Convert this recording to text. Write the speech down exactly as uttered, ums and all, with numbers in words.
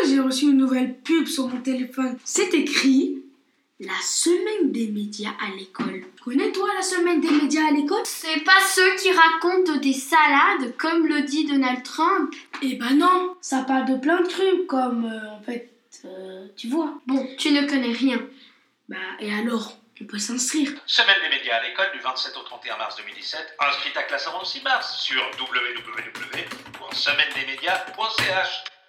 j'ai reçu une nouvelle pub sur mon téléphone. C'est écrit la semaine des médias à l'école. Connais-toi la semaine des médias à l'école? C'est pas ceux qui racontent des salades comme le dit Donald Trump? Eh ben non, ça parle de plein de trucs comme, euh, en fait, euh, tu vois. Bon, tu ne connais rien. Bah, et alors, on peut s'inscrire. Semaine des médias à l'école du vingt-sept au trente et un mars deux mille dix-sept. Inscris ta classe avant le six mars sur w w w point semaine des médias point c h.